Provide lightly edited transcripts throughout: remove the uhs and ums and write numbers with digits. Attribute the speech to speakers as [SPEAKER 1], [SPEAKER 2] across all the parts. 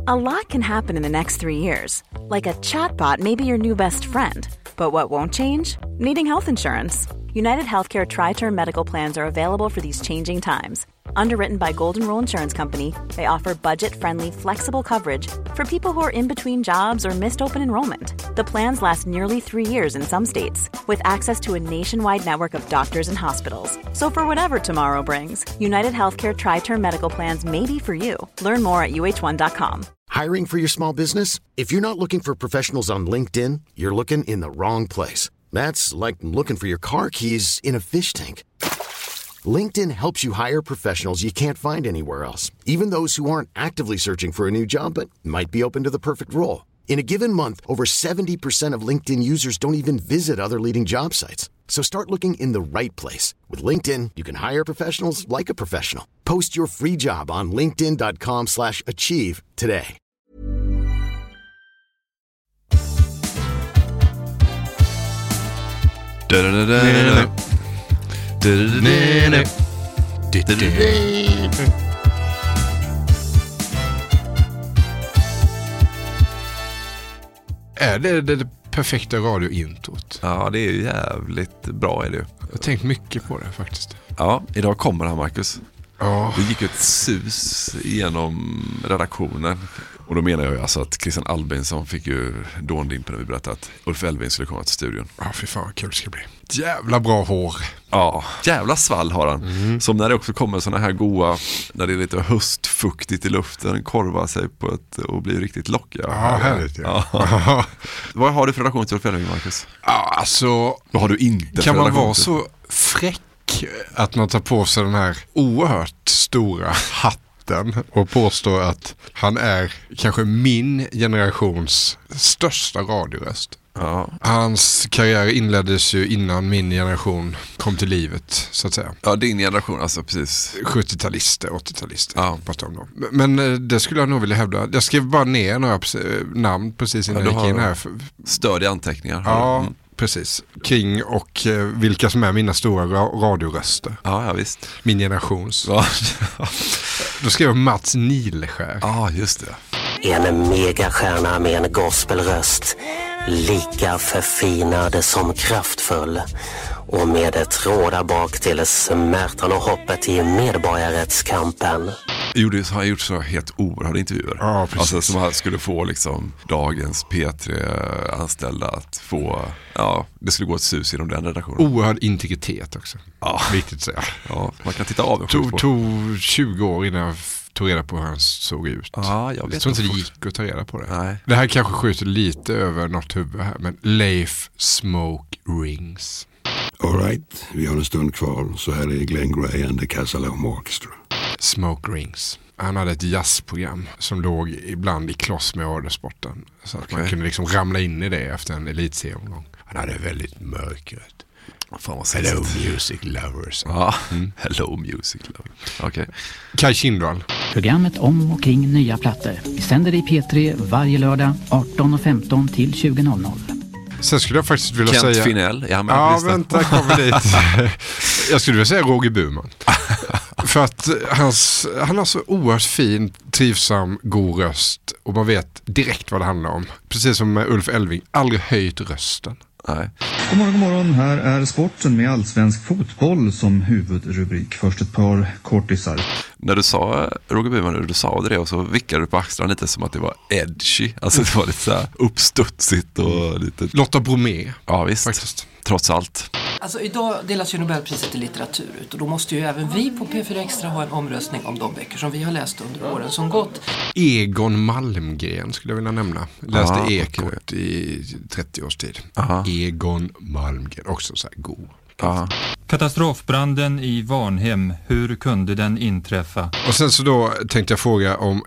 [SPEAKER 1] A lot can happen in the next 3 years. Like a chatbot may be your new best friend. But what won't change? Needing health insurance. United Healthcare Tri-Term Medical Plans are available for these changing times. Underwritten by Golden Rule Insurance Company, they offer budget-friendly, flexible coverage for people who are in between jobs or missed open enrollment. The plans last nearly 3 years in some states, with access to a nationwide network of doctors and hospitals. So for whatever tomorrow brings, United Healthcare Tri-Term Medical Plans may be for you. Learn more at uh1.com.
[SPEAKER 2] Hiring for your small business? If you're not looking for professionals on LinkedIn, you're looking in the wrong place. That's like looking for your car keys in a fish tank. LinkedIn helps you hire professionals you can't find anywhere else, even those who aren't actively searching for a new job but might be open to the perfect role. In a given month, over 70% of LinkedIn users don't even visit other leading job sites. So start looking in the right place. With LinkedIn, you can hire professionals like a professional. Post your free job on linkedin.com/achieve today.
[SPEAKER 3] Är det perfekta radiointrot?
[SPEAKER 4] Ja, det är ju jävligt bra är det ju.
[SPEAKER 3] Jag har tänkt mycket på det faktiskt.
[SPEAKER 4] Ja, idag kommer han, Marcus.
[SPEAKER 3] Ja.
[SPEAKER 4] Det gick ett sus genom redaktionen. Och då menar jag ju alltså att Christian Albinsson fick ju dåndin på när vi berättade att Ulf Elving skulle komma till studion.
[SPEAKER 3] Ja, fy fan vad kul det ska bli. Jävla bra hår.
[SPEAKER 4] Ja, jävla svall har han. Som när det också kommer såna här goa, när det är lite höstfuktigt i luften, korvar sig på ett och blir riktigt lockiga.
[SPEAKER 3] Ja, härligt. Ja.
[SPEAKER 4] Vad har du för relation till Ulf Elving, Marcus?
[SPEAKER 3] Ja, alltså...
[SPEAKER 4] Vad har du inte
[SPEAKER 3] kan
[SPEAKER 4] för
[SPEAKER 3] man vara
[SPEAKER 4] till?
[SPEAKER 3] så fräck att man tar på sig den här oerhört stora hatten och påstår att han är kanske min generations största radioröst?
[SPEAKER 4] Ja.
[SPEAKER 3] Hans karriär inleddes ju innan min generation kom till livet, så att säga.
[SPEAKER 4] Ja, din generation, alltså precis.
[SPEAKER 3] 70-talister, 80-talister.
[SPEAKER 4] Ja.
[SPEAKER 3] Om dem. Men det skulle jag nog vilja hävda. Jag skrev bara ner några namn precis innan jag gick in här.
[SPEAKER 4] Stöd i anteckningar.
[SPEAKER 3] Ja, precis. Kring och vilka som är mina stora radioröster.
[SPEAKER 4] Ja, visst.
[SPEAKER 3] Min generations.
[SPEAKER 4] Ja.
[SPEAKER 3] Då skrev jag Mats Nileskär.
[SPEAKER 4] Ja, just det.
[SPEAKER 5] En megastjärna med en gospelröst, lika förfinad som kraftfull, och med ett råda bak till smärtan och hoppet i medborgarrättskampen.
[SPEAKER 4] Han har gjort så helt oerhörda intervjuer.
[SPEAKER 3] Ja, precis.
[SPEAKER 4] Alltså som han skulle få liksom dagens P3-anställda att få, ja, det skulle gå ett sus genom den redaktionen.
[SPEAKER 3] Oerhörd integritet också.
[SPEAKER 4] Ja.
[SPEAKER 3] Viktigt att säga.
[SPEAKER 4] Ja, man kan titta av.
[SPEAKER 3] Tog 20 år innan jag tog reda på hur han såg ut.
[SPEAKER 4] Ja, jag vet
[SPEAKER 3] tror inte det gick att ta reda på det.
[SPEAKER 4] Nej.
[SPEAKER 3] Det här kanske skjuter lite över något huvud här, men Leif Smoke Rings.
[SPEAKER 6] All right, vi har en stund kvar, så här är Glenn Gray and the Casalome Orchestra.
[SPEAKER 3] Smoke Rings. Han hade ett jazzprogram som låg ibland i kloss med ordersporten. Så att man kunde liksom ramla in i det efter en elitserieomgång. Han hade väldigt mörkret. Hello Music Lovers.
[SPEAKER 4] Ja, Hello Music Lovers. Okej.
[SPEAKER 3] Kaj Kindvall.
[SPEAKER 7] Programmet om och kring nya plattor. Vi sänder i P3 varje lördag 18:15 till 20:00.
[SPEAKER 3] Sen skulle jag faktiskt vilja
[SPEAKER 4] Kent
[SPEAKER 3] säga...
[SPEAKER 4] Finell.
[SPEAKER 3] Ja, vänta, kommer dit. Jag skulle vilja säga Roger Burman. För att han har så oerhört fin, trivsam, god röst. Och man vet direkt vad det handlar om. Precis som med Ulf Elving. Aldrig höjt rösten.
[SPEAKER 4] Nej.
[SPEAKER 8] God morgon. Här är sporten med allsvensk fotboll som huvudrubrik. Först ett par kortisar.
[SPEAKER 4] När du sa Roger Burman, du sa det och så vickade du på axlarna lite som att det var edgy. Alltså det var lite så här uppstudsigt och lite...
[SPEAKER 3] Lotta Bromé.
[SPEAKER 4] Ja, visst.
[SPEAKER 3] Faktiskt.
[SPEAKER 4] Trots allt.
[SPEAKER 9] Alltså idag delas ju Nobelpriset i litteratur ut och då måste ju även vi på P4 Extra ha en omröstning om de böcker som vi har läst under åren som gått.
[SPEAKER 3] Egon Malmgren skulle jag vilja nämna. Läste Ekot i 30 års tid. Egon Malmgren, också så här god.
[SPEAKER 10] Katastrofbranden i Varnhem, hur kunde den inträffa?
[SPEAKER 3] Och sen så då tänkte jag fråga om,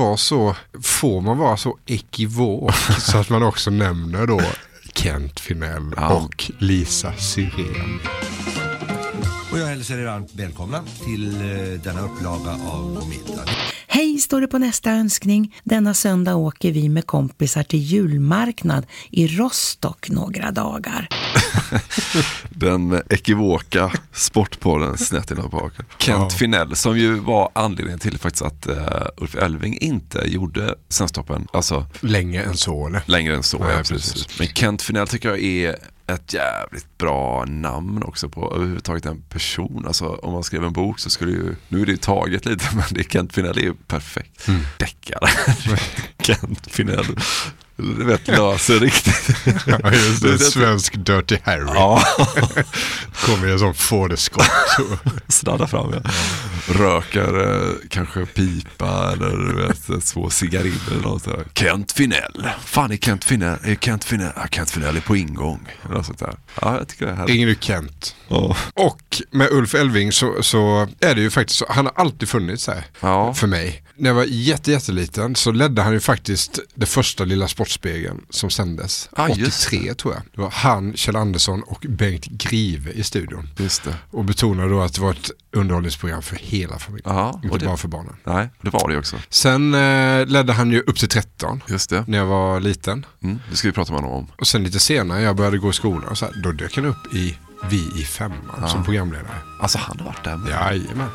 [SPEAKER 3] får man vara så ekivok så att man också nämner då Kent Finell och Lisa Syrén.
[SPEAKER 11] Och jag hälsar er varmt välkomna till denna upplaga av Middag. Hej, står det på nästa önskning. Denna söndag åker vi med kompisar till julmarknad i Rostock några dagar.
[SPEAKER 4] Den ekivoka sportpollen snett i baken. Kent Finell, som ju var anledningen till faktiskt att Ulf Elving inte gjorde Svensktoppen. Alltså,
[SPEAKER 3] längre än så, eller?
[SPEAKER 4] Längre än så, ja, precis. Men Kent Finell tycker jag är ett jävligt bra namn också på överhuvudtaget en person. Alltså om man skrev en bok så skulle ju, nu är det ju taget lite, men det Kent Finell är ju perfekt. Deckare. Kent Finell. Du vet, löser riktigt.
[SPEAKER 3] Ja, just det. Svensk Dirty Harry. Ja. Kommer jag som fåderskott.
[SPEAKER 4] Snaddar fram, ja. Röker kanske pipa eller vet, två cigariller eller något där. Kent Finell. Fan är Kent Finell? Kent Finell är på ingång. Eller sånt där. Ja, jag tycker det här.
[SPEAKER 3] Ringer du Kent? Ja. Och med Ulf Elving så är det ju faktiskt så. Han har alltid funnits här för mig. När jag var jätteliten så ledde han ju faktiskt det första lilla Sportspegeln som sändes. 83 tror jag. Det var han, Kjell Andersson och Bengt Grive i studion.
[SPEAKER 4] Just det.
[SPEAKER 3] Och betonade då att det var ett underhållningsprogram för hela familjen. Inte bara för barnen.
[SPEAKER 4] Nej, det var det också.
[SPEAKER 3] Sen ledde han ju upp till 13.
[SPEAKER 4] Just det.
[SPEAKER 3] När jag var liten.
[SPEAKER 4] Det ska vi prata med honom om.
[SPEAKER 3] Och sen lite senare, jag började gå i skolan och så här, då dök han upp i Vi i femman som programledare.
[SPEAKER 4] Alltså han har varit där med.
[SPEAKER 3] Jajamän.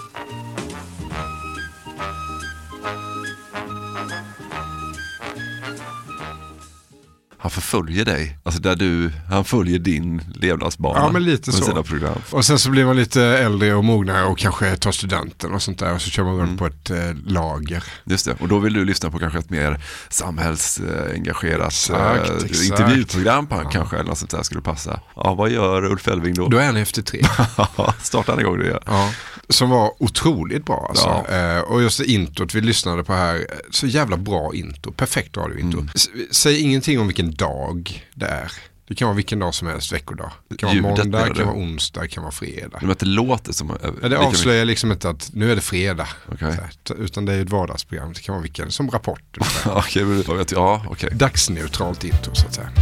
[SPEAKER 4] Han förföljer dig. Alltså där han följer din levnadsbana.
[SPEAKER 3] Ja, men lite så.
[SPEAKER 4] Sina program.
[SPEAKER 3] Och sen så blir man lite äldre och mognare och kanske tar studenten och sånt där. Och så kör man runt på ett lager.
[SPEAKER 4] Just det. Och då vill du lyssna på kanske ett mer samhällsengagerat intervjuprogram på kanske. Eller något sånt där skulle passa. Ja, vad gör Ulf Elving då?
[SPEAKER 3] Då är han efter 3.
[SPEAKER 4] Startar han igång det.
[SPEAKER 3] Ja. Som var otroligt bra alltså. Och just det introt vi lyssnade på här, så jävla bra intro, perfekt radiointro. Säg ingenting om vilken dag det är. Det kan vara vilken dag som helst, veckodag. Det kan vara måndag, det kan vara onsdag, det kan vara fredag.
[SPEAKER 4] Men det låter som...
[SPEAKER 3] det avslöjar liksom inte att nu är det fredag. Okay. Utan det är ett vardagsprogram. Det kan vara vilken, som Rapport.
[SPEAKER 4] Okay.
[SPEAKER 3] Dagsneutralt intro så att säga.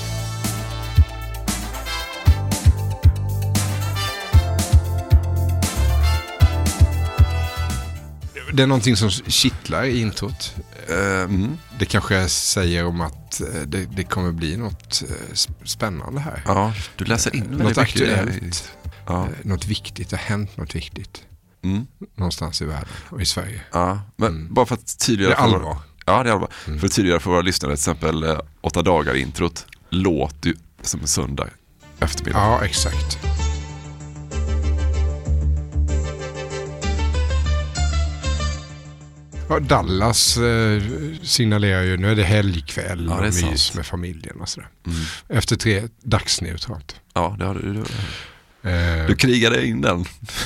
[SPEAKER 3] Det är någonting som kittlar i introt. Det kanske säger om att det kommer bli något spännande här.
[SPEAKER 4] Ja, du läser in
[SPEAKER 3] något aktuellt. Något viktigt. Det har hänt något viktigt. Någonstans i världen och i Sverige.
[SPEAKER 4] Ja, men bara för att tydligare...
[SPEAKER 3] Det är allvar.
[SPEAKER 4] Ja, det är allvar. För att tydligare för våra lyssnare, till exempel 8 dagar introt låter ju som en söndag eftermiddag.
[SPEAKER 3] Ja, exakt. Dallas signalerar ju, nu är det helgkväll och mys med familjen och sådär. Efter 3, dagsneutralt.
[SPEAKER 4] Ja, det har du. Du krigade in den.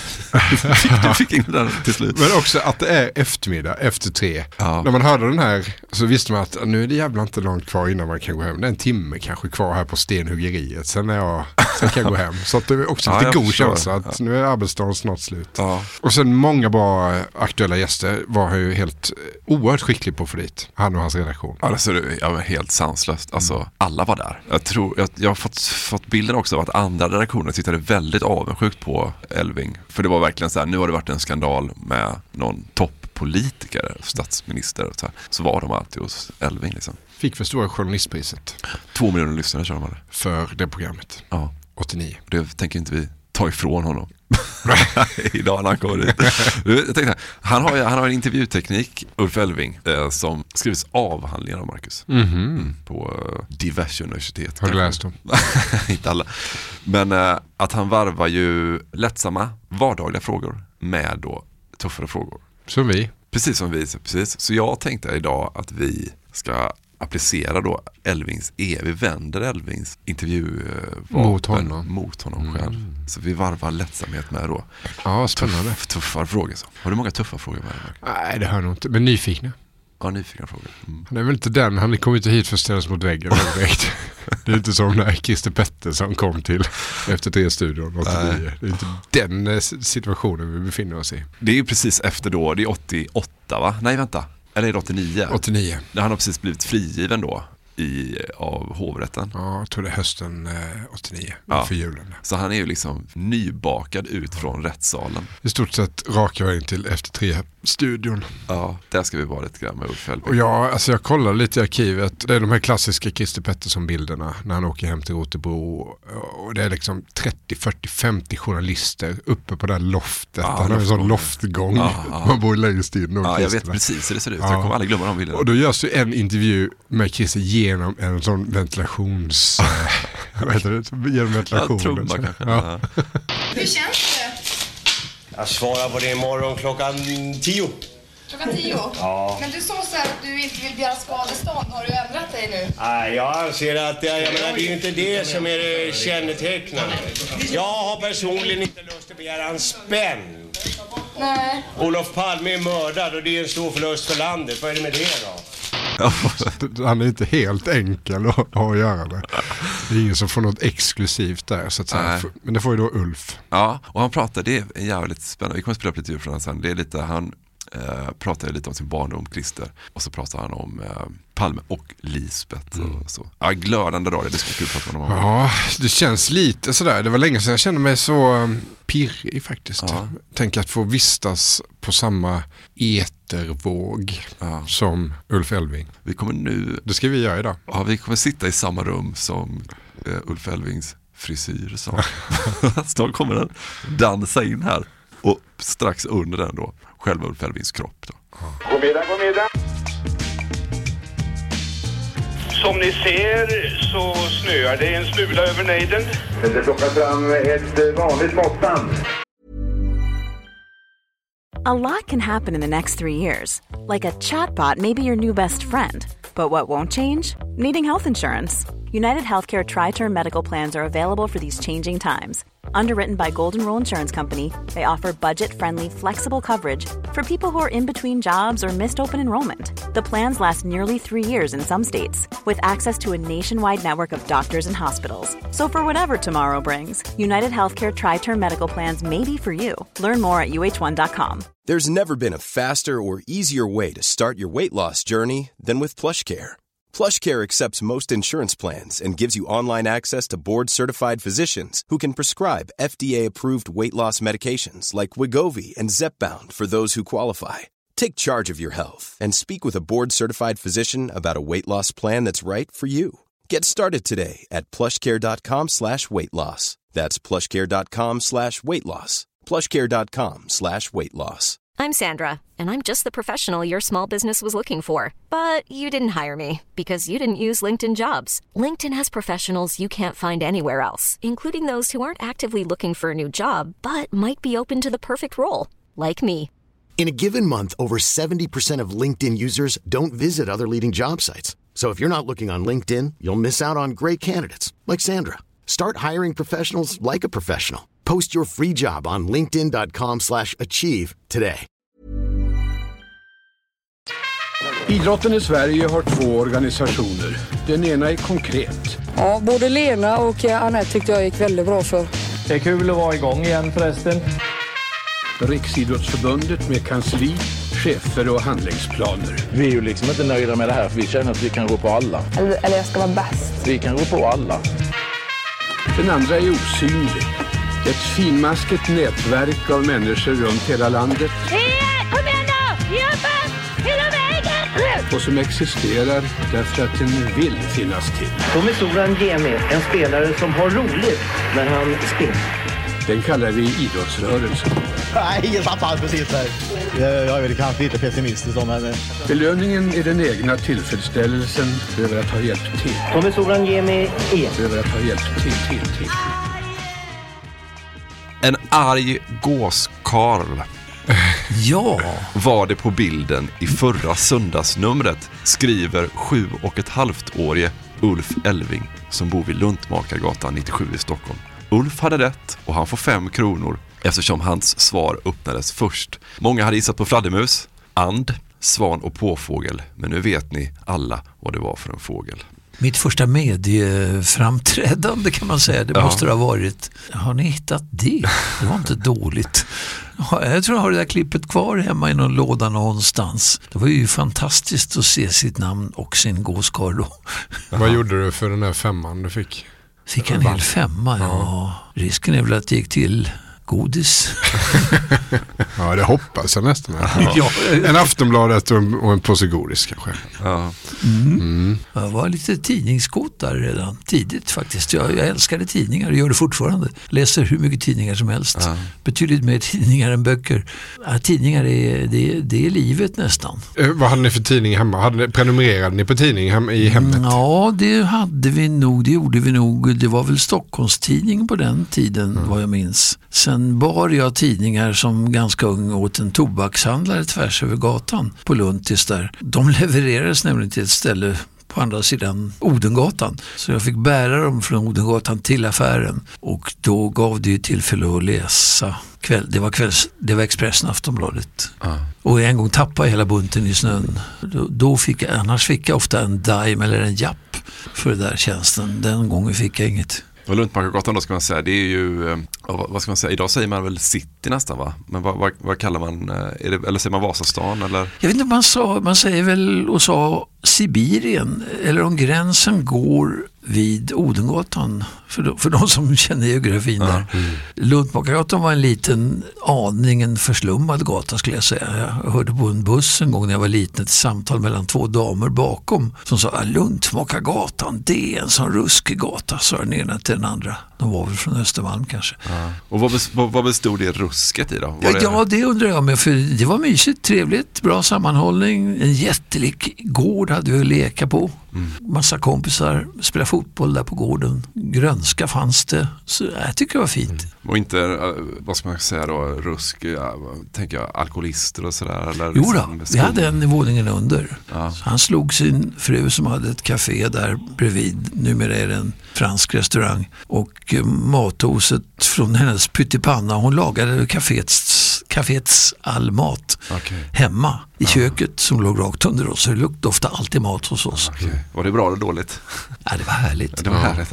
[SPEAKER 4] Du fick in den till slut.
[SPEAKER 3] Men också att det är eftermiddag efter 3. När man hörde den här så visste man att nu är det jävla inte långt kvar innan man kan gå hem. Det är en timme kanske kvar här på stenhuggeriet. Sen kan jag gå hem. Så att det är också lite god känsla att nu är arbetsdagen snart slut. Och sen många bra aktuella gäster var ju helt oerhört skicklig på för dit. Han och hans redaktion.
[SPEAKER 4] Alltså, var helt sanslöst. Alltså, alla var där. Jag har fått bilden också av att andra redaktioner tittade väldigt avundsjukt på Elving. För det var verkligen så här, nu har det varit en skandal med någon toppolitiker, statsminister och så var de alltid hos Elving liksom.
[SPEAKER 3] Fick för stora journalistpriset.
[SPEAKER 4] 2 miljoner lyssnare kör de hade.
[SPEAKER 3] För det programmet. 89.
[SPEAKER 4] Det tänker inte vi ta ifrån honom. Idag när han kommer dit. Jag tänkte, han har en intervjuteknik, Ulf Elving, som skrivs avhandlingar av Marcus på diverse universitet.
[SPEAKER 3] Har du läst dem?
[SPEAKER 4] Inte alla. Men att han varvar ju lättsamma vardagliga frågor med då tuffare frågor.
[SPEAKER 3] Som vi.
[SPEAKER 4] Precis som vi. Precis. Så jag tänkte idag att vi ska applicera då vi vänder Elvings intervjuvapen mot honom själv. Så vi varvar lättsamhet med då.
[SPEAKER 3] Ja, spännande.
[SPEAKER 4] Tuffa frågor. Så. Har du många tuffa frågor med dig?
[SPEAKER 3] Nej, det har jag nog inte. Men nyfikna.
[SPEAKER 4] Ja, nyfikna frågor.
[SPEAKER 3] Han är väl inte den. Han kommer inte hit för att ställas mot väggen. Det är inte som när Christer Pettersson kom till efter 3-studion 89. Det är inte den situationen vi befinner oss i.
[SPEAKER 4] Det är ju precis efter då. Det är 88 va? Nej, vänta. Eller är det 89?
[SPEAKER 3] 89.
[SPEAKER 4] Där han har precis blivit frigiven då av hovrätten.
[SPEAKER 3] Ja, jag tror det är hösten 89 för julen.
[SPEAKER 4] Så han är ju liksom nybakad ut från rättssalen.
[SPEAKER 3] I stort sett raka vägen till efter 3 studion.
[SPEAKER 4] Ja, där ska vi vara lite grann med Ulf Elving.
[SPEAKER 3] Och jag kollar lite i arkivet. Det är de här klassiska Christer Pettersson-bilderna när han åker hem till Rotebro. Och det är liksom 30, 40, 50 journalister uppe på det här loftet. Han har en sån loftgång. Man bor längst in.
[SPEAKER 4] Ja, jag vet precis hur det ser ut. Jag kommer aldrig glömma de bilderna.
[SPEAKER 3] Och då görs ju en intervju med Christer genom en sån ventilations... vad heter det? Genom ventilationen.
[SPEAKER 4] Ja.
[SPEAKER 12] Hur känns det?
[SPEAKER 13] Jag svarar på det imorgon klockan 10.
[SPEAKER 12] Klockan 10? Ja. Men du sa så här att du inte vill begära skadestånd. Har du ändrat dig nu?
[SPEAKER 13] Nej, jag anser att det är ju inte det som är det kännetecknande. Jag har personligen inte lust att begära en spänn.
[SPEAKER 12] Nej.
[SPEAKER 13] Olof Palme är mördad och det är en stor förlust för landet. Vad är det med det då?
[SPEAKER 3] Han är inte helt enkel att ha att göra det. Det är ingen som får något exklusivt där så att säga. Men det får ju då Ulf.
[SPEAKER 4] Ja, och han pratar, det är jävligt spännande. Vi kommer att spela upp lite ur från sen. Det är lite, han pratar lite om sin barndom, Christer. Och så pratar han om Palme och Lisbeth och så. Ja, glödande dag, det skulle prata med honom.
[SPEAKER 3] Ja, det känns lite sådär. Det var länge sedan jag kände mig så pirrig faktiskt.
[SPEAKER 4] Ja.
[SPEAKER 3] Tänk att få vistas på samma etervåg som Ulf Elving.
[SPEAKER 4] Vi kommer nu...
[SPEAKER 3] Det ska vi göra idag.
[SPEAKER 4] Ja, vi kommer sitta i samma rum som Ulf Elvings frisyr. Så. Snart kommer den dansa in här. Och strax under den då, själva Ulf Elvings kropp då.
[SPEAKER 14] God middag. Som ni ser så snöar det en smula över nejden. Det plockar fram ett vanligt måttband.
[SPEAKER 1] A lot can happen in the next 3 years. Like a chatbot may be your new best friend. But what won't change? Needing health insurance. United Healthcare Tri-Term Medical Plans are available for these changing times. Underwritten by Golden Rule Insurance Company, they offer budget-friendly, flexible coverage for people who are in between jobs or missed open enrollment. The plans last nearly 3 years in some states, with access to a nationwide network of doctors and hospitals. So for whatever tomorrow brings, United Healthcare Tri-Term Medical Plans may be for you. Learn more at uh1.com.
[SPEAKER 15] There's never been a faster or easier way to start your weight loss journey than with PlushCare. PlushCare accepts most insurance plans and gives you online access to board-certified physicians who can prescribe FDA-approved weight loss medications like Wegovy and Zepbound for those who qualify. Take charge of your health and speak with a board-certified physician about a weight loss plan that's right for you. Get started today at plushcare.com/weightloss. That's plushcare.com/weightloss. plushcare.com/weightloss.
[SPEAKER 16] I'm Sandra, and I'm just the professional your small business was looking for. But you didn't hire me because you didn't use LinkedIn Jobs. LinkedIn has professionals you can't find anywhere else, including those who aren't actively looking for a new job, but might be open to the perfect role, like me.
[SPEAKER 2] In a given month, over 70% of LinkedIn users don't visit other leading job sites. So if you're not looking on LinkedIn, you'll miss out on great candidates like Sandra. Start hiring professionals like a professional. Post your free job on linkedin.com/achieve today.
[SPEAKER 17] Idrotten i Sverige har 2 organisationer. Den ena är Konkret.
[SPEAKER 18] Ja, både Lena och Anette tyckte jag gick väldigt bra för.
[SPEAKER 19] Det är kul att vara igång igen förresten.
[SPEAKER 17] Riksidrottsförbundet med kansli, chefer och handlingsplaner.
[SPEAKER 19] Vi är ju liksom inte nöjda med det här för vi känner att vi kan gå på alla.
[SPEAKER 18] Eller jag ska vara bäst.
[SPEAKER 19] Vi kan gå på alla.
[SPEAKER 17] Den andra är Osynlig. Ett finmaskigt nätverk av människor runt hela landet.
[SPEAKER 20] Kom igen då! Jobba! Hela vägen!
[SPEAKER 17] Och som existerar därför att den vill finnas till.
[SPEAKER 21] Tommy Soran Gemi, en spelare som har roligt när han springer.
[SPEAKER 17] Den kallar vi idrottsrörelsen.
[SPEAKER 22] Nej, ingen satt alls precis där. Jag är väl kanske lite pessimistisk om henne.
[SPEAKER 17] Belöningen är den egna tillfredsställelsen över att ha hjälpt till.
[SPEAKER 21] Tommy Soran Gemi
[SPEAKER 17] över att ha hjälpt till.
[SPEAKER 4] En arg gåskarl.
[SPEAKER 23] Ja.
[SPEAKER 4] Var det på bilden i förra söndagsnumret, skriver 7,5-årige Ulf Elving som bor vid Luntmakargatan 97 i Stockholm. Ulf hade rätt och han får 5 kronor eftersom hans svar öppnades först. Många hade gissat på fladdermus, and, svan och påfågel, men nu vet ni alla vad det var för en fågel.
[SPEAKER 23] Mitt första medieframträdande kan man säga, det måste det ha varit. Har ni hittat det? Det var inte dåligt. Jag tror jag har det där klippet kvar hemma i någon låda någonstans. Det var ju fantastiskt att se sitt namn och sin gåskar då.
[SPEAKER 3] Vad gjorde du för den där 5 du fick?
[SPEAKER 23] Fick en hel 5, ja. Risken är väl att det gick till godis.
[SPEAKER 3] Ja, det hoppas jag nästan.
[SPEAKER 23] Ja.
[SPEAKER 3] En Aftonbladet och en påse godis kanske.
[SPEAKER 4] Ja.
[SPEAKER 23] Jag var lite tidningskåt där redan tidigt faktiskt. Jag älskade tidningar och gör det fortfarande. Läser hur mycket tidningar som helst. Ja. Betydligt mer tidningar än böcker. Ja, tidningar det är livet nästan.
[SPEAKER 3] Vad hade ni för tidning hemma? Prenumererade ni på tidning i hemmet?
[SPEAKER 23] Ja, det hade vi nog. Det gjorde vi nog. Det var väl Stockholmstidning på den tiden, vad jag minns. Sen bar jag tidningar som ganska ung åt en tobakshandlare tvärs över gatan på Luntis där. De levererades nämligen till ett ställe på andra sidan Odengatan. Så jag fick bära dem från Odengatan till affären. Och då gav det ju tillfälle att läsa. Det var Expressen, Aftonbladet. Och en gång tappade hela bunten i snön. Annars fick jag ofta en dime eller en japp för den där tjänsten. Den gången fick jag inget.
[SPEAKER 4] Och Luntmakargatan då ska man säga, det är ju, vad ska man säga, idag säger man väl city nästan va? Men vad kallar man, eller säger man Vasastan eller?
[SPEAKER 23] Jag vet inte, man säger väl och sa Sibirien, eller om gränsen går vid Odengatan för de som känner geografin där. Luntmakargatan var en liten en förslummad gata skulle jag säga. Jag hörde på en buss en gång när jag var liten ett samtal mellan två damer bakom som sa Luntmakargatan, det är en sån ruskig gata, sa den ena till den andra. De var väl från Östermalm kanske.
[SPEAKER 4] Och vad bestod det rusket i då?
[SPEAKER 23] Ja, det undrar jag med, för det var mysigt, trevligt, bra sammanhållning, en jättelik gård hade vi att leka på. Massa kompisar, spela fotboll där på gården. Grönska fanns det. Så jag tycker det var fint.
[SPEAKER 4] Och inte, vad ska man säga då, rusk, tänker jag, alkoholister och sådär? Eller
[SPEAKER 23] jo då, vi hade en i våningen under. Han slog sin fru som hade ett café där bredvid. Numera är det en fransk restaurang. Och mathuset från hennes pyttipanna. Hon lagade kaféets all mat hemma i köket som låg rakt under oss. Så det luktade ofta alltid mat hos oss.
[SPEAKER 4] Var det bra eller dåligt?
[SPEAKER 23] Ja, det var härligt.
[SPEAKER 4] Det var härligt,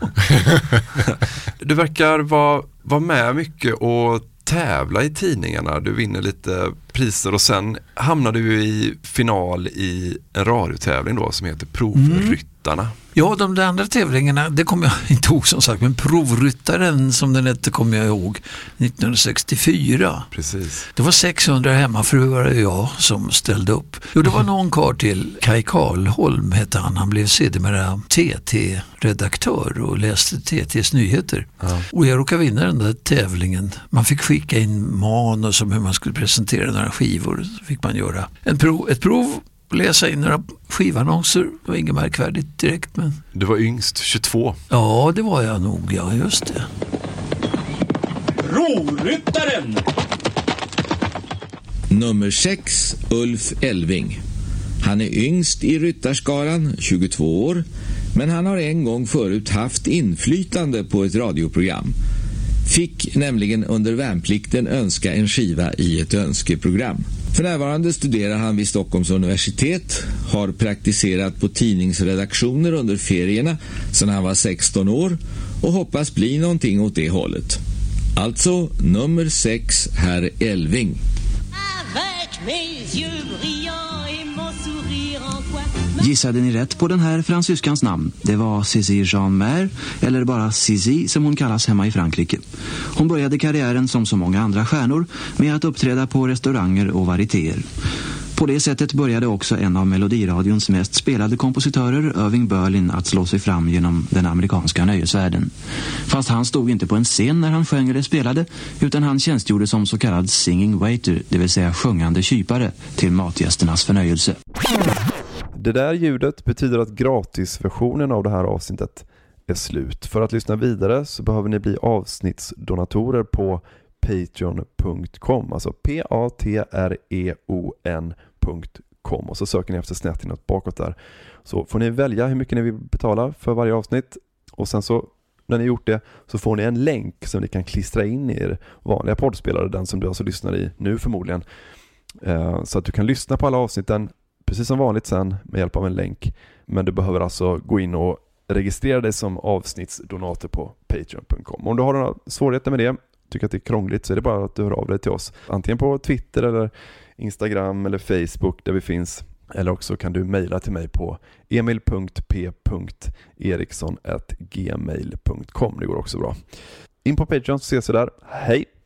[SPEAKER 4] Du verkar vara med mycket och tävla i tidningarna. Du vinner lite priser och sen hamnar du i final i en radiotävling då som heter Provryttarna.
[SPEAKER 23] Ja, de där andra tävlingarna, det kommer jag inte ihåg som sagt, men Provryttaren som den hette kommer jag ihåg 1964.
[SPEAKER 4] Precis.
[SPEAKER 23] Det var 600 hemmafruar och jag som ställde upp. Jo, det var någon karl till, Kai Karlholm hette han. Han blev sedermera TT-redaktör och läste TTs nyheter. Och jag råkade vinna den där tävlingen. Man fick skicka in manus om hur man skulle presentera några skivor. Så fick man göra ett prov, läsa in några skivannonser. Det var inget märkvärdigt direkt. Men...
[SPEAKER 4] Du var yngst, 22.
[SPEAKER 23] Ja, det var jag nog. Ja, just det.
[SPEAKER 5] Provryttaren! Nummer 6, Ulf Elving. Han är yngst i ryttarskaran, 22 år. Men han har en gång förut haft inflytande på ett radioprogram. Fick nämligen under värnplikten önska en skiva i ett önskeprogram. För närvarande studerar han vid Stockholms universitet, har praktiserat på tidningsredaktioner under ferierna sedan han var 16 år och hoppas bli någonting åt det hållet. Alltså nummer 6, herr Elving.
[SPEAKER 6] Gissade ni rätt på den här fransyskans namn? Det var Cici Jeanmaire, eller bara Cici som hon kallas hemma i Frankrike. Hon började karriären som så många andra stjärnor med att uppträda på restauranger och varietéer. På det sättet började också en av Melodiradions mest spelade kompositörer, Irving Berlin, att slå sig fram genom den amerikanska nöjesvärlden. Fast han stod inte på en scen när han sjöng eller spelade, utan han tjänstgjorde som så kallad singing waiter, det vill säga sjungande kypare, till matgästernas förnöjelse.
[SPEAKER 7] Det där ljudet betyder att gratisversionen av det här avsnittet är slut. För att lyssna vidare så behöver ni bli avsnittsdonatorer på patreon.com, alltså patreon.com, och så söker ni efter snett bakåt där. Så får ni välja hur mycket ni vill betala för varje avsnitt, och sen så när ni gjort det så får ni en länk som ni kan klistra in i er vanliga poddspelare, den som du alltså lyssnar i nu förmodligen, så att du kan lyssna på alla avsnitten precis som vanligt sen med hjälp av en länk. Men du behöver alltså gå in och registrera dig som avsnittsdonator på patreon.com. Om du har några svårigheter med det, tycker att det är krångligt, så är det bara att du hör av dig till oss. Antingen på Twitter eller Instagram eller Facebook där vi finns. Eller också kan du mejla till mig på emil.p.eriksson@gmail.com. Det går också bra. In på Patreon så ses vi där. Hej!